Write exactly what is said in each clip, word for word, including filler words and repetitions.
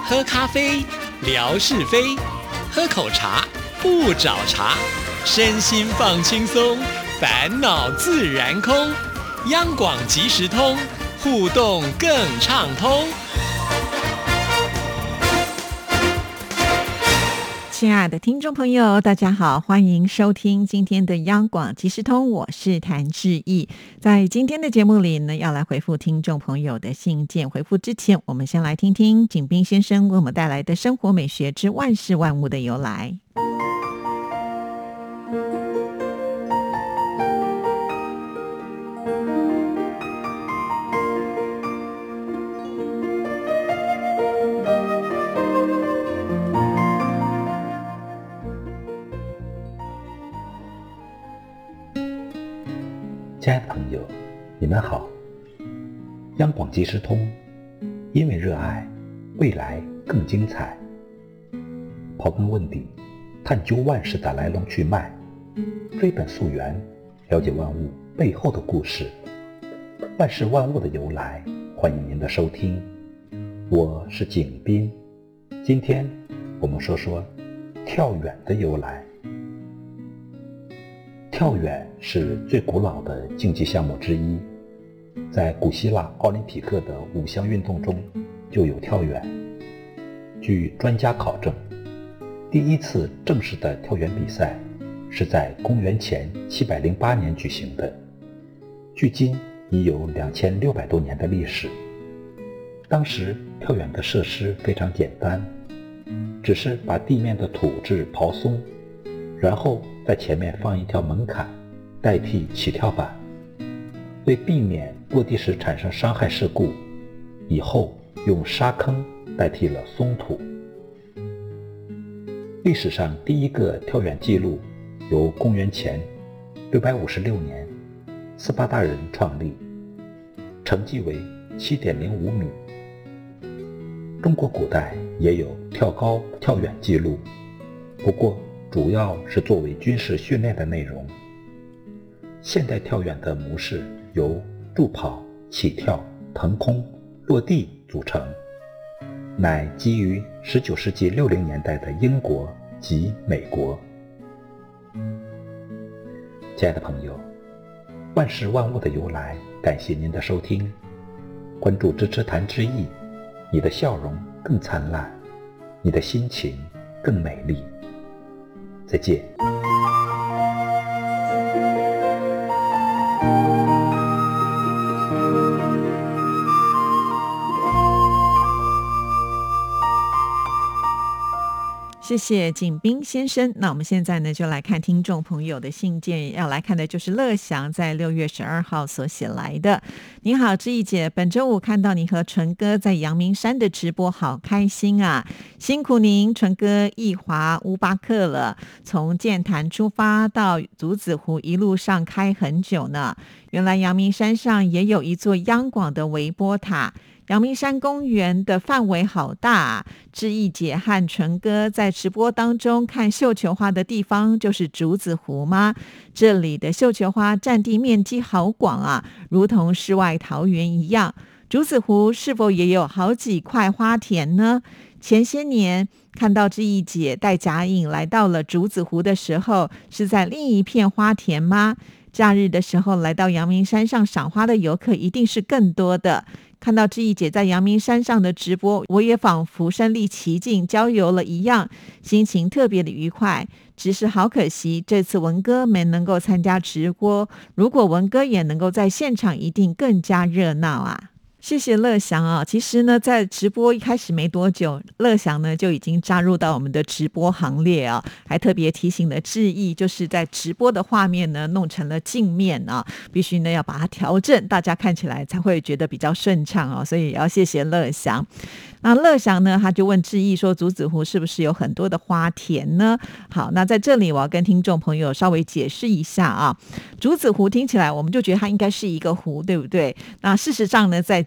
喝咖啡，聊是非；喝口茶，不找茬。身心放轻松，烦恼自然空。央广即时通，互动更畅通。 亲爱的听众朋友，大家好，欢迎收听今天的央广即时通，我是谭志毅。在今天的节目里呢，要来回复听众朋友的信件。回复之前，我们先来听听景斌先生为我们带来的生活美学之万事万物的由来。 亲爱的朋友，你们好。央广即时通，因为热爱，未来更精彩。刨根问底，探究万事的来龙去脉，追本溯源，了解万物背后的故事。万事万物的由来，欢迎您的收听。我是景斌，今天我们说说跳远的由来。跳远是最古老的竞技项目之一，在古希腊奥林匹克的五项运动中就有跳远。据专家考证，第一次正式的跳远比赛是在公元前七百零八年举行的，距今已有两千六百多年的历史。当时跳远的设施非常简单，只是把地面的土质刨松，然后在前面放一条门槛代替起跳板，为避免落地时产生伤害事故，以后用沙坑代替了松土。历史上第一个跳远记录由公元前六百五十六年斯巴达人创立，成绩为 七点零五米。中国古代也有跳高跳远记录，不过主要是作为军事训练的内容。现代跳远的模式由助跑、起跳、腾空、落地组成，乃基于十九世纪六零年代的英国及美国。亲爱的朋友，万事万物的由来，感谢您的收听。关注支持谭志毅，你的笑容更灿烂，你的心情更美丽。再见。 谢谢景斌先生。那我们现在呢，就来看听众朋友的信件。要来看的就是乐祥在六月十二号所写来的。你好，志毅姐，本周五看到你和纯哥在阳明山的直播，好开心啊！辛苦您，纯哥一滑乌巴克了，从剑潭出发到竹子湖，一路上开很久呢。原来阳明山上也有一座央广的微波塔。阳明山公园的范围好大啊，志毅姐和纯哥在直播当中看绣球花的地方就是竹子湖吗？这里的绣球花占地面积好广啊，如同世外桃源一样。竹子湖是否也有好几块花田呢？前些年看到志毅姐带贾颖来到了竹子湖的时候，是在另一片花田吗？假日的时候来到阳明山上赏花的游客一定是更多的。看到志毅姐在阳明山上的直播，我也仿佛身临其境郊游了一样，心情特别的愉快。只是好可惜，这次文哥没能够参加直播，如果文哥也能够在现场，一定更加热闹啊。谢谢乐祥啊！其实呢，在直播一开始没多久，乐祥呢就已经加入到我们的直播行列啊，还特别提醒了志毅，就是在直播的画面呢弄成了镜面啊，必须呢要把它调整，大家看起来才会觉得比较顺畅啊，所以也要谢谢乐祥。那乐祥呢，他就问志毅说，竹子湖是不是有很多的花田呢？好，那在这里我要跟听众朋友稍微解释一下啊，竹子湖听起来我们就觉得它应该是一个湖，对不对？那事实上呢，在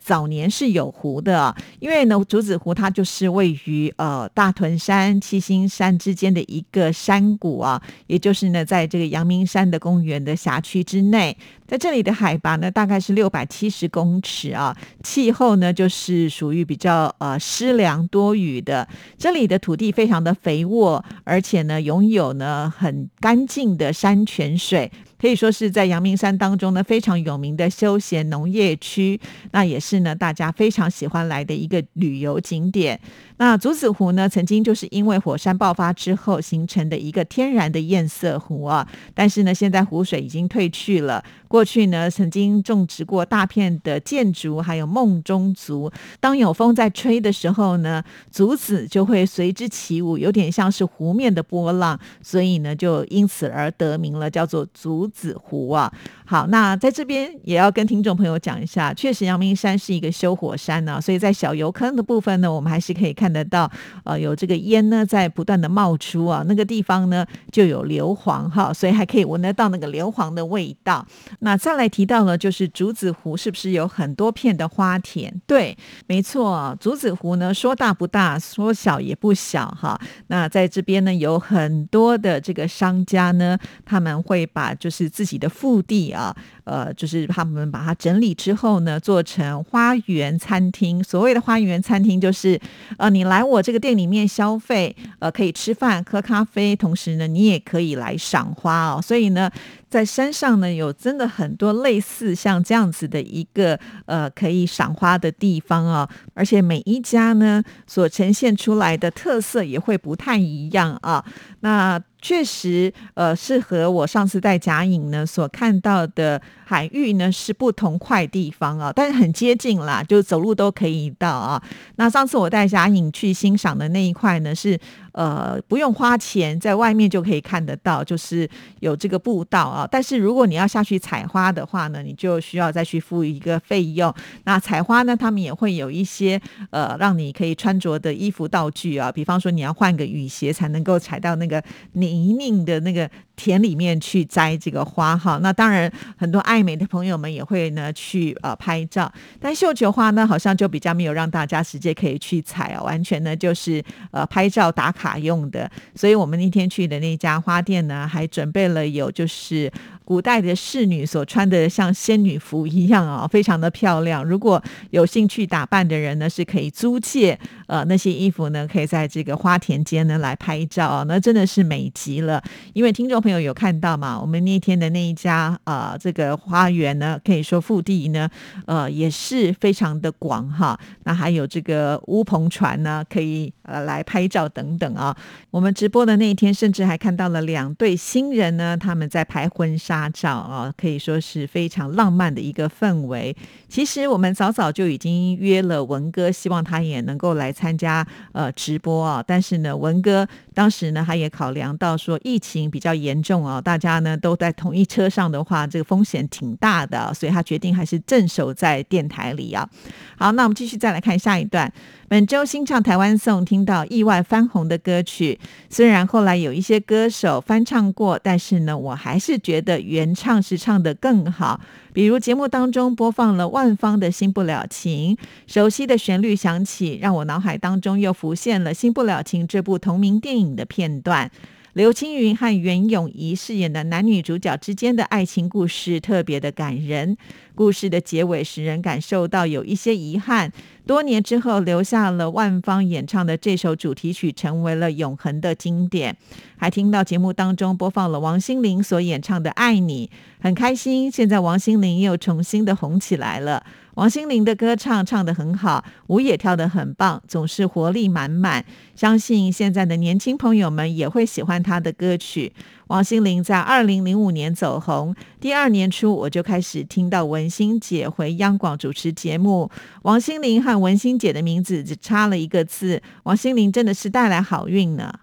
早年是有湖的，因为呢竹子湖它就是位于呃大屯山、七星山之间的一个山谷啊，也就是呢在这个阳明山的公园的辖区之内。在这里的海拔呢大概是六百七十公尺啊，气候呢就是属于比较呃湿凉多雨的。这里的土地非常的肥沃，而且呢拥有呢很干净的山泉水，可以说是在阳明山当中呢非常有名的休闲农业区，那也是呢大家非常喜欢来的一个旅游景点。那竹子湖呢曾经就是因为火山爆发之后形成的一个天然的堰塞湖啊，但是呢现在湖水已经退去了。过去呢曾经种植过大片的箭竹还有梦中竹，当有风在吹的时候呢，竹子就会随之起舞，有点像是湖面的波浪，所以呢就因此而得名了，叫做竹子湖啊。好，那在这边也要跟听众朋友讲一下，确实阳明山是一个休火山呢、啊，所以在小油坑的部分呢，我们还是可以看得到呃有这个烟呢在不断的冒出啊，那个地方呢就有硫磺哈，所以还可以闻得到那个硫磺的味道。那再来提到了就是竹子湖是不是有很多片的花田？对，没错，竹子湖呢说大不大，说小也不小哈。那在这边呢有很多的这个商家呢，他们会把就是自己的腹地啊，呃，就是他们把它整理之后呢，做成花园餐厅。所谓的花园餐厅就是呃，你来我这个店里面消费，呃，可以吃饭喝咖啡，同时呢你也可以来赏花哦。所以呢在山上呢有真的很多类似像这样子的一个呃可以赏花的地方啊，而且每一家呢所呈现出来的特色也会不太一样啊。那确实呃是和我上次在甲颖呢所看到的海域呢是不同块地方啊，但是很接近啦，就走路都可以到啊。那上次我带甲颖去欣赏的那一块呢是呃不用花钱，在外面就可以看得到，就是有这个步道啊。但是如果你要下去采花的话呢，你就需要再去付一个费用。那采花呢他们也会有一些呃让你可以穿着的衣服道具啊，比方说你要换个雨鞋才能够采到那个泥泞的那个田里面去摘这个花哈。那当然很多爱美的朋友们也会呢去呃拍照，但绣球花呢好像就比较没有让大家直接可以去采哦，完全呢就是呃拍照打卡用的。所以我们那天去的那家花店呢还准备了有就是古代的侍女所穿的像仙女服一样啊、哦，非常的漂亮。如果有兴趣打扮的人呢是可以租借呃那些衣服呢，可以在这个花田间呢来拍照、哦、那真的是美极了。因为听众朋友有看到嘛，我们那天的那一家呃这个花园呢，可以说腹地呢呃也是非常的广哈。那还有这个乌篷船呢可以呃来拍照等等啊。我们直播的那一天甚至还看到了两对新人呢，他们在拍婚纱照啊，可以说是非常浪漫的一个氛围。其实我们早早就已经约了文哥，希望他也能够来参加呃直播啊，但是呢文哥当时呢他也考量到说疫情比较严重啊，大家呢都在同一车上的话这个风险挺大的、啊、所以他决定还是镇守在电台里啊。好，那我们继续再来看下一段。本周新唱台湾颂，听到意外翻红的歌曲，虽然后来有一些歌手翻唱过，但是呢我还是觉得原唱是唱得更好。比如节目当中播放了万芳的新不了情，熟悉的旋律响起，让我脑海当中又浮现了新不了情这部同名电影的片段。刘青云和袁咏仪饰演的男女主角之间的爱情故事特别的感人，故事的结尾使人感受到有一些遗憾，多年之后留下了万芳演唱的这首主题曲，成为了永恒的经典。还听到节目当中播放了王心凌所演唱的《爱你》，很开心现在王心凌又重新的红起来了。王心凌的歌唱唱得很好，舞也跳得很棒，总是活力满满，相信现在的年轻朋友们也会喜欢她的歌曲。王心凌在二零零五年走红，第二年初我就开始听到文心姐回央广主持节目。王心凌和文心姐的名字只差了一个字，王心凌真的是带来好运呢。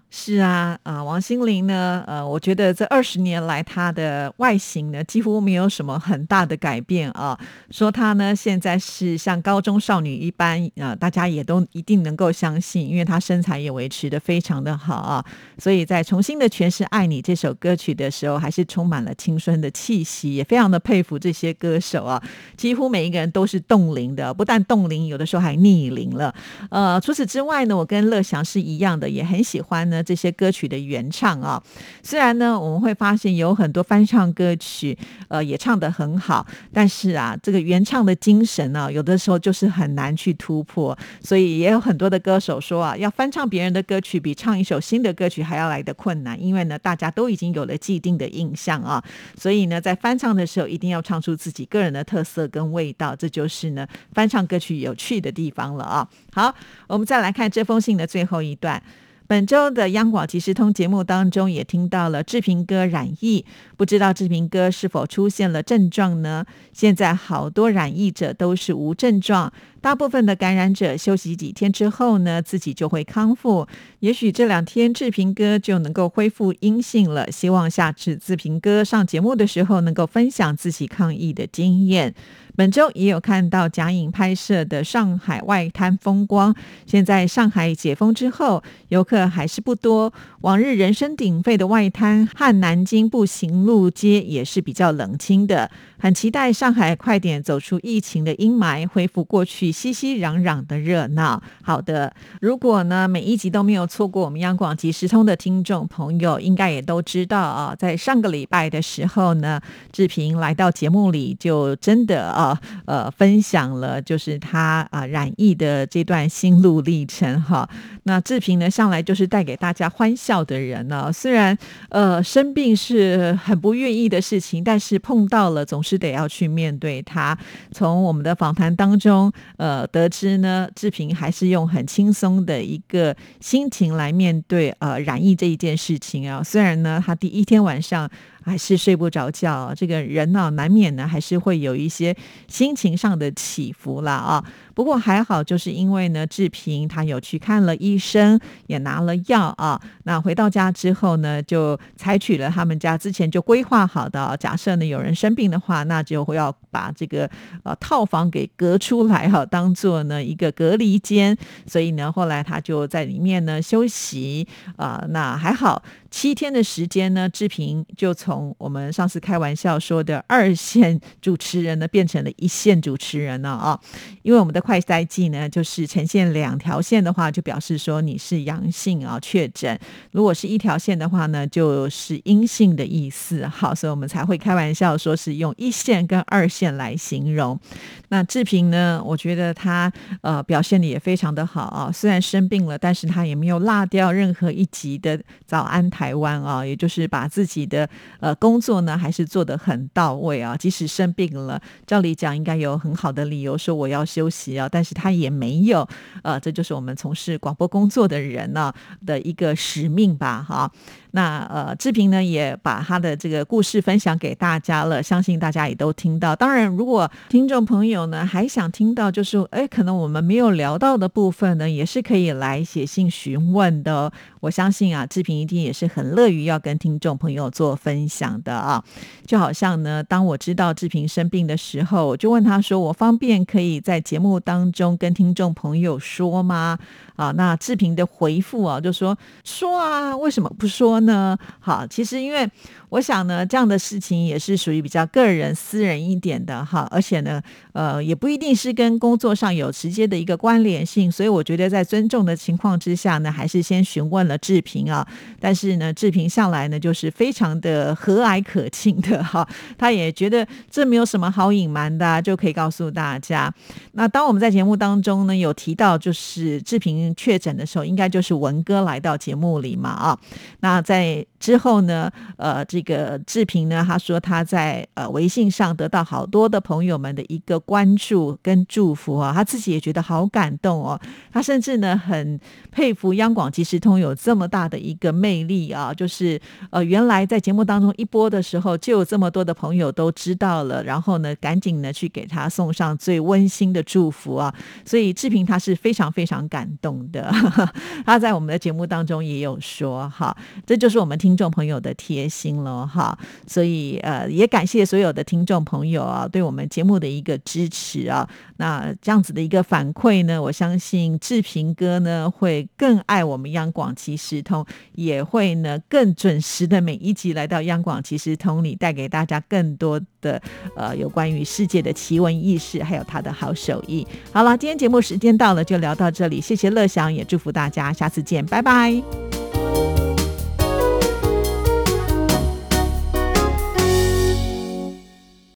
是啊，啊，王心凌呢，呃，我觉得这二十年来她的外形呢几乎没有什么很大的改变啊。说她呢现在是像高中少女一般，呃，大家也都一定能够相信，因为她身材也维持得非常的好啊。所以在重新的诠释《爱你》这首歌曲的时候，还是充满了青春的气息，也非常的佩服这些歌手啊，几乎每一个人都是冻龄的，不但冻龄，有的时候还逆龄了。呃，除此之外呢，我跟乐祥是一样的，也很喜欢呢这些歌曲的原唱啊。虽然呢我们会发现有很多翻唱歌曲呃也唱得很好，但是啊这个原唱的精神呢、啊、有的时候就是很难去突破，所以也有很多的歌手说啊，要翻唱别人的歌曲比唱一首新的歌曲还要来得困难，因为呢大家都已经有了既定的印象啊，所以呢在翻唱的时候一定要唱出自己个人的特色跟味道，这就是呢翻唱歌曲有趣的地方了啊。好，我们再来看这封信的最后一段。本周的央广即时通节目当中也听到了志平哥染疫，不知道志平哥是否出现了症状呢？现在好多染疫者都是无症状，大部分的感染者休息几天之后呢，自己就会康复。也许这两天志平哥就能够恢复阴性了，希望下次志平哥上节目的时候能够分享自己抗疫的经验。本周也有看到甲影拍摄的上海外滩风光，现在上海解封之后，游客还是不多，往日人声鼎沸的外滩和南京步行路街也是比较冷清的，很期待上海快点走出疫情的阴霾，恢复过去熙熙攘攘的热闹。好的，如果呢每一集都没有错过我们央广即时通的听众朋友，应该也都知道啊，在上个礼拜的时候呢，志平来到节目里就真的啊呃分享了就是他啊染疫的这段心路历程哈。那志平呢向来就是带给大家欢笑的人呢，虽然呃生病是很不愿意的事情，但是碰到了总是得要去面对它。从我们的访谈当中呃得知呢，志平还是用很轻松的一个心情来面对呃染疫这一件事情啊。虽然呢他第一天晚上还是睡不着觉，这个人呢、啊、难免呢还是会有一些心情上的起伏啦啊。不过还好，就是因为呢志平他有去看了医生，也拿了药啊。那回到家之后呢，就采取了他们家之前就规划好的、啊，假设呢有人生病的话，那就要把这个呃套房给隔出来哈、啊，当做呢一个隔离间。所以呢后来他就在里面呢休息啊、呃。那还好，七天的时间呢，志平就从我们上次开玩笑说的二线主持人呢变成了一线主持人了啊。因为我们的快筛剂呢就是呈现两条线的话，就表示说你是阳性啊确诊，如果是一条线的话呢就是阴性的意思。好，所以我们才会开玩笑说是用一线跟二线来形容。那志平呢，我觉得他呃表现的也非常的好啊，虽然生病了，但是他也没有落掉任何一集的早安台湾啊，也就是把自己的呃工作呢还是做得很到位啊。即使生病了，照理讲应该有很好的理由说我要休息啊，但是他也没有。呃，这就是我们从事广播工作的人呢、啊、的一个使命吧哈。那呃，志平呢也把他的这个故事分享给大家了，相信大家也都听到。当然，如果听众朋友呢还想听到就是哎可能我们没有聊到的部分呢，也是可以来写信询问的、哦。我相信啊，志平一定也是很乐于要跟听众朋友做分享的啊。就好像呢，当我知道志平生病的时候，我就问他说：“我方便可以在节目当中跟听众朋友说吗？”啊，那志平的回复啊，就说：“说啊，为什么不说呢？”好，其实因为我想呢，这样的事情也是属于比较个人、私人一点的哈，而且呢，呃，也不一定是跟工作上有直接的一个关联性，所以我觉得在尊重的情况之下呢，还是先询问了志平啊。但是呢，志平向来呢就是非常的和蔼可亲的哈，他也觉得这没有什么好隐瞒的、啊，就可以告诉大家。那当我们在节目当中呢有提到，就是志平确诊的时候，应该就是文哥来到节目里嘛啊。那在之后呢，呃，这这个志平呢，他说他在呃微信上得到好多的朋友们的一个关注跟祝福啊，他自己也觉得好感动哦。他甚至呢很佩服央广即时通有这么大的一个魅力啊，就是呃原来在节目当中一播的时候，就有这么多的朋友都知道了，然后呢赶紧呢去给他送上最温馨的祝福啊。所以志平他是非常非常感动的，他在我们的节目当中也有说哈，这就是我们听众朋友的贴心了哈。所以呃也感谢所有的听众朋友啊对我们节目的一个支持啊。那这样子的一个反馈呢，我相信志平哥呢会更爱我们央广即时通，也会呢更准时的每一集来到央广即时通里，带给大家更多的呃有关于世界的奇闻异事，还有他的好手艺。好了，今天节目时间到了，就聊到这里，谢谢乐祥，也祝福大家，下次见，拜拜。